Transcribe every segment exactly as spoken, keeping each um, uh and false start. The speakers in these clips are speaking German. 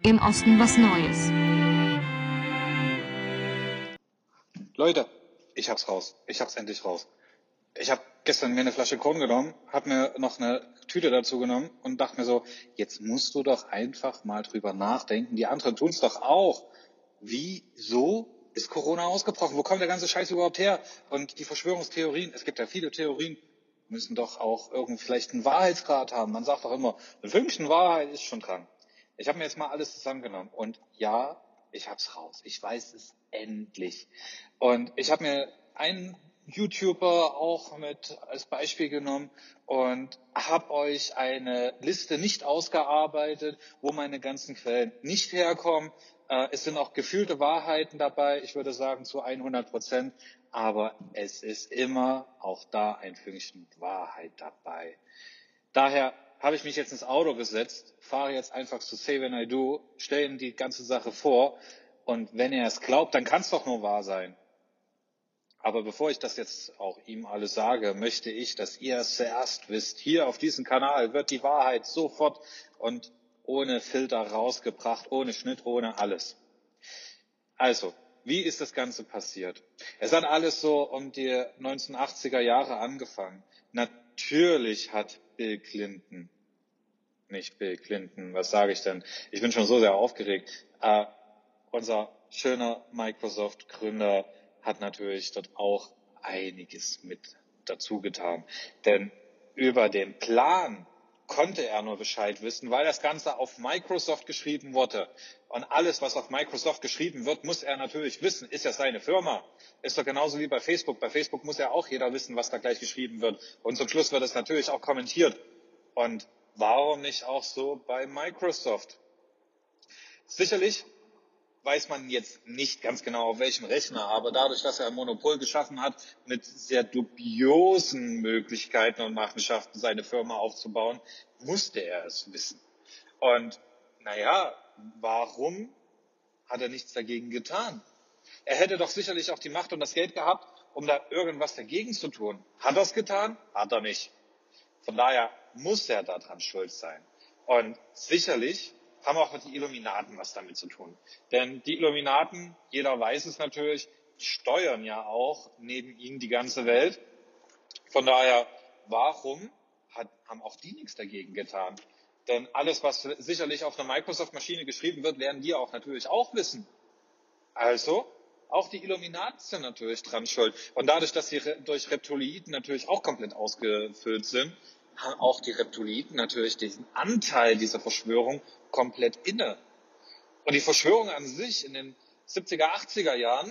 Im Osten was Neues. Leute, ich hab's raus. Ich hab's endlich raus. Ich habe gestern mir eine Flasche Korn genommen, habe mir noch eine Tüte dazu genommen und dachte mir so, jetzt musst du doch einfach mal drüber nachdenken. Die anderen tun's doch auch. Wieso ist Corona ausgebrochen? Wo kommt der ganze Scheiß überhaupt her? Und die Verschwörungstheorien, es gibt ja viele Theorien, müssen doch auch irgendwie vielleicht einen Wahrheitsgrad haben. Man sagt doch immer, ein Fünkchen Wahrheit ist schon dran. Ich habe mir jetzt mal alles zusammengenommen und ja, ich hab's raus. Ich weiß es endlich. Und ich habe mir einen YouTuber auch mit als Beispiel genommen und habe euch eine Liste nicht ausgearbeitet, wo meine ganzen Quellen nicht herkommen. Äh, es sind auch gefühlte Wahrheiten dabei, ich würde sagen zu hundert Prozent, aber es ist immer auch da ein Fünkchen Wahrheit dabei. Daher habe ich mich jetzt ins Auto gesetzt, fahre jetzt einfach zu Say When I Do, stelle ihm die ganze Sache vor und wenn er es glaubt, dann kann es doch nur wahr sein. Aber bevor ich das jetzt auch ihm alles sage, möchte ich, dass ihr es zuerst wisst. Hier auf diesem Kanal wird die Wahrheit sofort und ohne Filter rausgebracht, ohne Schnitt, ohne alles. Also, wie ist das Ganze passiert? Es hat alles so um die neunzehnhundertachtziger Jahre angefangen. Natürlich hat Bill Clinton, nicht Bill Clinton, was sage ich denn? Ich bin schon so sehr aufgeregt. Äh, unser schöner Microsoft-Gründer hat natürlich dort auch einiges mit dazu getan. Denn über den Plan konnte er nur Bescheid wissen, weil das Ganze auf Microsoft geschrieben wurde. Und alles, was auf Microsoft geschrieben wird, muss er natürlich wissen. Ist ja seine Firma. Ist doch genauso wie bei Facebook. Bei Facebook muss ja auch jeder wissen, was da gleich geschrieben wird. Und zum Schluss wird es natürlich auch kommentiert. Und warum nicht auch so bei Microsoft? Sicherlich weiß man jetzt nicht ganz genau, auf welchem Rechner, aber dadurch, dass er ein Monopol geschaffen hat, mit sehr dubiosen Möglichkeiten und Machenschaften seine Firma aufzubauen, musste er es wissen. Und naja, warum hat er nichts dagegen getan? Er hätte doch sicherlich auch die Macht und das Geld gehabt, um da irgendwas dagegen zu tun. Hat er es getan? Hat er nicht. Von daher muss er daran schuld sein. Und sicherlich haben auch die Illuminaten was damit zu tun. Denn die Illuminaten, jeder weiß es natürlich, steuern ja auch neben ihnen die ganze Welt. Von daher, warum hat, haben auch die nichts dagegen getan? Denn alles, was sicherlich auf einer Microsoft-Maschine geschrieben wird, werden die auch natürlich auch wissen. Also, auch die Illuminaten sind natürlich dran schuld. Und dadurch, dass sie durch Reptiloiden natürlich auch komplett ausgefüllt sind, haben auch die Reptiloiden natürlich diesen Anteil dieser Verschwörung komplett inne. Und die Verschwörung an sich in den siebziger, achtziger Jahren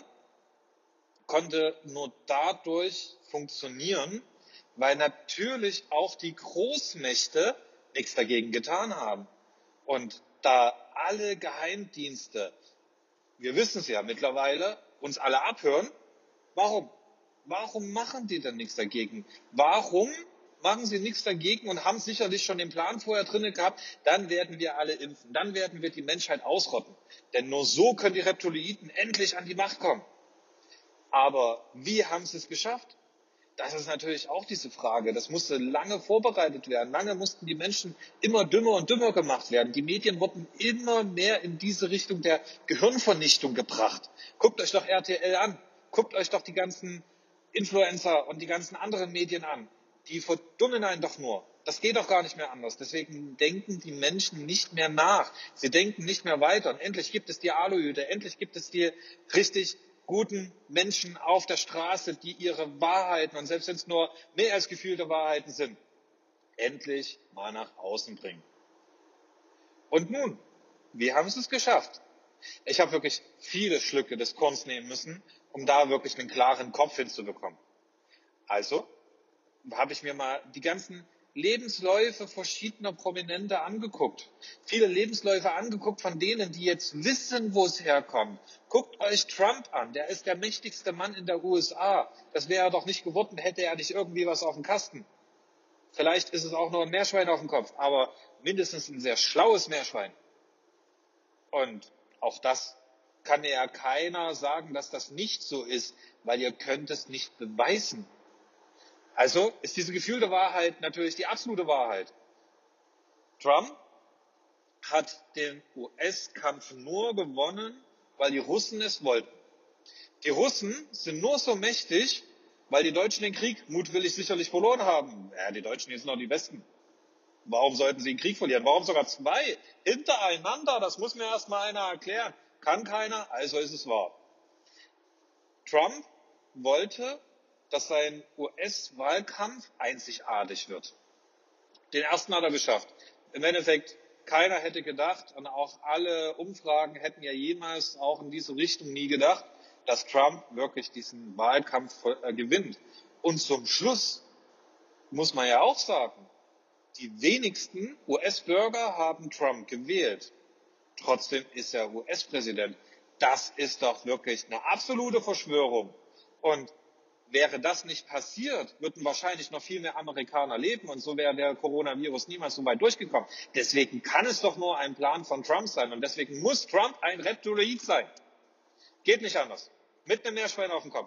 konnte nur dadurch funktionieren, weil natürlich auch die Großmächte nichts dagegen getan haben. Und da alle Geheimdienste, wir wissen es ja mittlerweile, uns alle abhören, warum? Warum machen die denn nichts dagegen? Warum machen sie nichts dagegen und haben sicherlich schon den Plan vorher drin gehabt, dann werden wir alle impfen, dann werden wir die Menschheit ausrotten. Denn nur so können die Reptiloiden endlich an die Macht kommen. Aber wie haben sie es geschafft? Das ist natürlich auch diese Frage. Das musste lange vorbereitet werden. Lange mussten die Menschen immer dümmer und dümmer gemacht werden. Die Medien wurden immer mehr in diese Richtung der Gehirnvernichtung gebracht. Guckt euch doch R T L an. Guckt euch doch die ganzen Influencer und die ganzen anderen Medien an. Die verdummen einen doch nur. Das geht doch gar nicht mehr anders. Deswegen denken die Menschen nicht mehr nach. Sie denken nicht mehr weiter. Und endlich gibt es die Aluhüte. Endlich gibt es die richtig guten Menschen auf der Straße, die ihre Wahrheiten, und selbst wenn es nur mehr als gefühlte Wahrheiten sind, endlich mal nach außen bringen. Und nun, wie haben sie es geschafft? Ich habe wirklich viele Schlücke des Korns nehmen müssen, um da wirklich einen klaren Kopf hinzubekommen. Also habe ich mir mal die ganzen Lebensläufe verschiedener Prominente angeguckt. Viele Lebensläufe angeguckt von denen, die jetzt wissen, wo es herkommt. Guckt euch Trump an, der ist der mächtigste Mann in der U S A. Das wäre er doch nicht geworden, hätte er nicht irgendwie was auf dem Kasten. Vielleicht ist es auch nur ein Meerschwein auf dem Kopf, aber mindestens ein sehr schlaues Meerschwein. Und auch das kann ja keiner sagen, dass das nicht so ist, weil ihr könnt es nicht beweisen. Also ist diese gefühlte Wahrheit natürlich die absolute Wahrheit. Trump hat den U S-Kampf nur gewonnen, weil die Russen es wollten. Die Russen sind nur so mächtig, weil die Deutschen den Krieg mutwillig sicherlich verloren haben. Ja, die Deutschen jetzt noch die Besten. Warum sollten sie den Krieg verlieren? Warum sogar zwei hintereinander? Das muss mir erst mal einer erklären. Kann keiner, also ist es wahr. Trump wollte, dass sein U S-Wahlkampf einzigartig wird. Den ersten hat er geschafft. Im Endeffekt, keiner hätte gedacht, und auch alle Umfragen hätten ja jemals auch in diese Richtung nie gedacht, dass Trump wirklich diesen Wahlkampf äh, gewinnt. Und zum Schluss muss man ja auch sagen, die wenigsten U S-Bürger haben Trump gewählt. Trotzdem ist er U S-Präsident. Das ist doch wirklich eine absolute Verschwörung. Und wäre das nicht passiert, würden wahrscheinlich noch viel mehr Amerikaner leben und so wäre der Coronavirus niemals so weit durchgekommen. Deswegen kann es doch nur ein Plan von Trump sein und deswegen muss Trump ein Reptiloid sein. Geht nicht anders. Mit einem Meerschwein auf dem Kopf.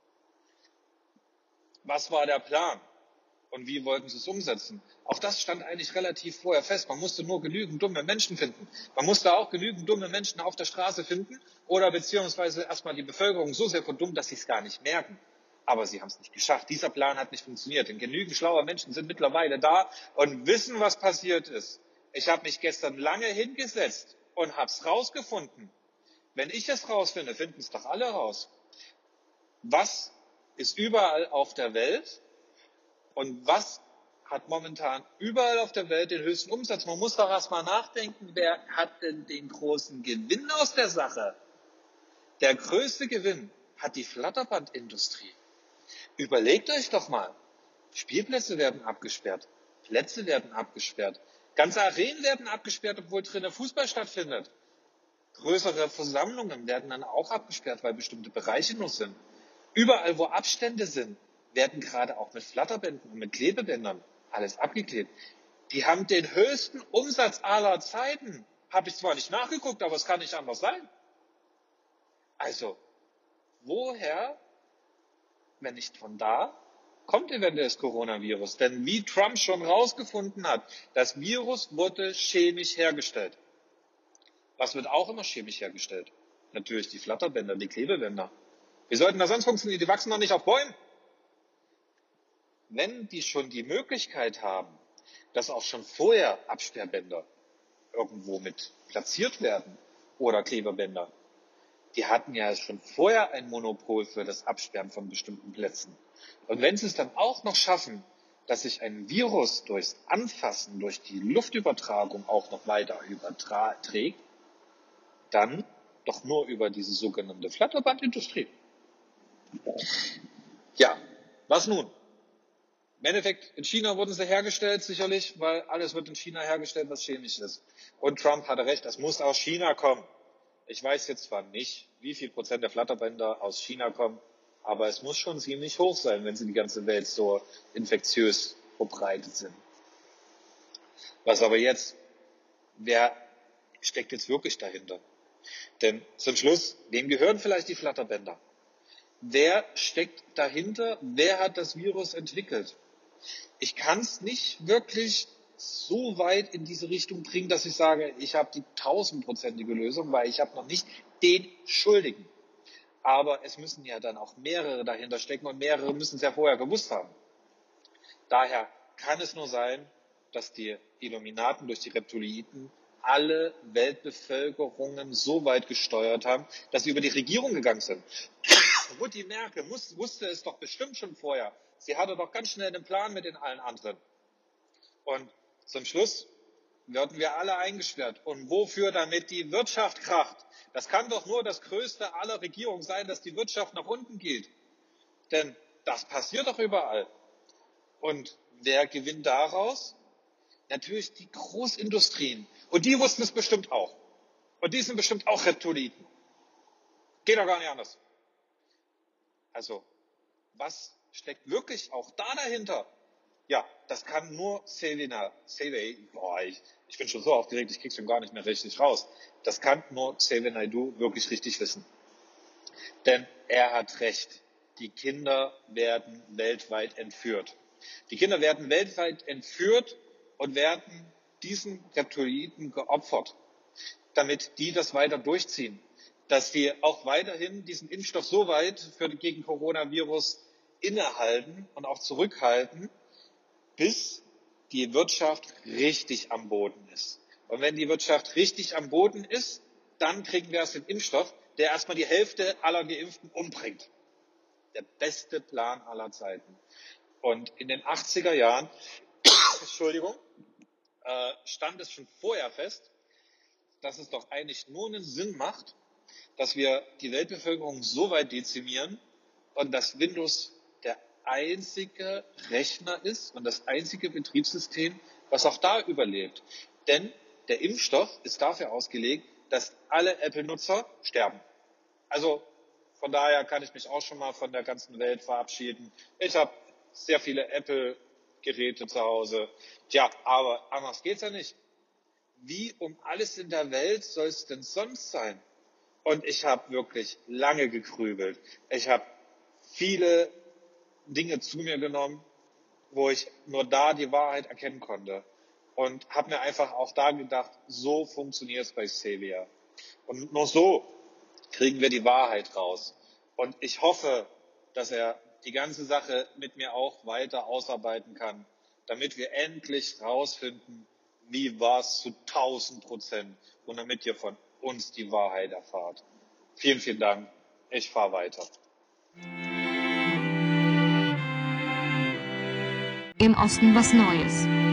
Was war der Plan? Und wie wollten sie es umsetzen? Auch das stand eigentlich relativ vorher fest. Man musste nur genügend dumme Menschen finden. Man musste auch genügend dumme Menschen auf der Straße finden oder beziehungsweise erstmal die Bevölkerung so sehr verdummt, dass sie es gar nicht merken. Aber sie haben es nicht geschafft. Dieser Plan hat nicht funktioniert. Denn genügend schlaue Menschen sind mittlerweile da und wissen, was passiert ist. Ich habe mich gestern lange hingesetzt und habe es rausgefunden. Wenn ich es rausfinde, finden es doch alle raus. Was ist überall auf der Welt und was hat momentan überall auf der Welt den höchsten Umsatz? Man muss doch erst mal nachdenken, wer hat denn den großen Gewinn aus der Sache? Der größte Gewinn hat die Flatterbandindustrie. Überlegt euch doch mal, Spielplätze werden abgesperrt, Plätze werden abgesperrt, ganze Arenen werden abgesperrt, obwohl drinnen Fußball stattfindet. Größere Versammlungen werden dann auch abgesperrt, weil bestimmte Bereiche nur sind. Überall, wo Abstände sind, werden gerade auch mit Flatterbänden und mit Klebebändern alles abgeklebt. Die haben den höchsten Umsatz aller Zeiten. Habe ich zwar nicht nachgeguckt, aber es kann nicht anders sein. Also, woher, wenn nicht von da, kommt eventuell das Coronavirus? Denn wie Trump schon rausgefunden hat, das Virus wurde chemisch hergestellt. Was wird auch immer chemisch hergestellt? Natürlich die Flatterbänder, die Klebebänder. Wie sollten das sonst funktionieren? Die wachsen doch nicht auf Bäumen. Wenn die schon die Möglichkeit haben, dass auch schon vorher Absperrbänder irgendwo mit platziert werden oder Klebebänder, die hatten ja schon vorher ein Monopol für das Absperren von bestimmten Plätzen. Und wenn sie es dann auch noch schaffen, dass sich ein Virus durchs Anfassen, durch die Luftübertragung auch noch weiter überträgt, dann doch nur über diese sogenannte Flatterbandindustrie. Ja, was nun? Im Endeffekt, in China wurden sie hergestellt, sicherlich, weil alles wird in China hergestellt, was chemisch ist. Und Trump hatte recht, es muss aus China kommen. Ich weiß jetzt zwar nicht, wie viel Prozent der Flatterbänder aus China kommen, aber es muss schon ziemlich hoch sein, wenn sie die ganze Welt so infektiös verbreitet sind. Was aber jetzt, wer steckt jetzt wirklich dahinter? Denn zum Schluss, wem gehören vielleicht die Flatterbänder? Wer steckt dahinter? Wer hat das Virus entwickelt? Ich kann es nicht wirklich so weit in diese Richtung bringen, dass ich sage, ich habe die tausendprozentige Lösung, weil ich habe noch nicht den Schuldigen. Aber es müssen ja dann auch mehrere dahinter stecken und mehrere müssen es ja vorher gewusst haben. Daher kann es nur sein, dass die Illuminaten durch die Reptiloiden alle Weltbevölkerungen so weit gesteuert haben, dass sie über die Regierung gegangen sind. Ruti Merkel muss, wusste es doch bestimmt schon vorher. Sie hatte doch ganz schnell einen Plan mit den allen anderen. Und zum Schluss werden wir alle eingesperrt. Und wofür? Damit die Wirtschaft kracht. Das kann doch nur das Größte aller Regierungen sein, dass die Wirtschaft nach unten geht. Denn das passiert doch überall. Und wer gewinnt daraus? Natürlich die Großindustrien. Und die wussten es bestimmt auch. Und die sind bestimmt auch Reptiloiden. Geht doch gar nicht anders. Also, was steckt wirklich auch da dahinter? Ja, das kann nur Selena, Selena, boah, ich, ich bin schon so aufgeregt, ich krieg's schon gar nicht mehr richtig raus. Das kann nur Xavier Naidoo wirklich richtig wissen. Denn er hat recht. Die Kinder werden weltweit entführt. Die Kinder werden weltweit entführt und werden diesen Reptiloiden geopfert, damit die das weiter durchziehen, dass die auch weiterhin diesen Impfstoff so weit für, gegen Coronavirus innehalten und auch zurückhalten, bis die Wirtschaft richtig am Boden ist. Und wenn die Wirtschaft richtig am Boden ist, dann kriegen wir erst den Impfstoff, der erstmal die Hälfte aller Geimpften umbringt. Der beste Plan aller Zeiten. Und in den achtziger Jahren, Entschuldigung, äh, stand es schon vorher fest, dass es doch eigentlich nur einen Sinn macht, dass wir die Weltbevölkerung so weit dezimieren und dass Windows der einzige Rechner ist und das einzige Betriebssystem, was auch da überlebt. Denn der Impfstoff ist dafür ausgelegt, dass alle Apple-Nutzer sterben. Also von daher kann ich mich auch schon mal von der ganzen Welt verabschieden. Ich habe sehr viele Apple-Geräte zu Hause. Tja, aber anders geht's ja nicht. Wie um alles in der Welt soll es denn sonst sein? Und ich habe wirklich lange gegrübelt. Ich habe viele Dinge zu mir genommen, wo ich nur da die Wahrheit erkennen konnte. Und habe mir einfach auch da gedacht, so funktioniert es bei Xavier. Und nur so kriegen wir die Wahrheit raus. Und ich hoffe, dass er die ganze Sache mit mir auch weiter ausarbeiten kann, damit wir endlich rausfinden, wie war es zu tausend Prozent und damit ihr von uns die Wahrheit erfahrt. Vielen, vielen Dank. Ich fahre weiter. Im Osten was Neues.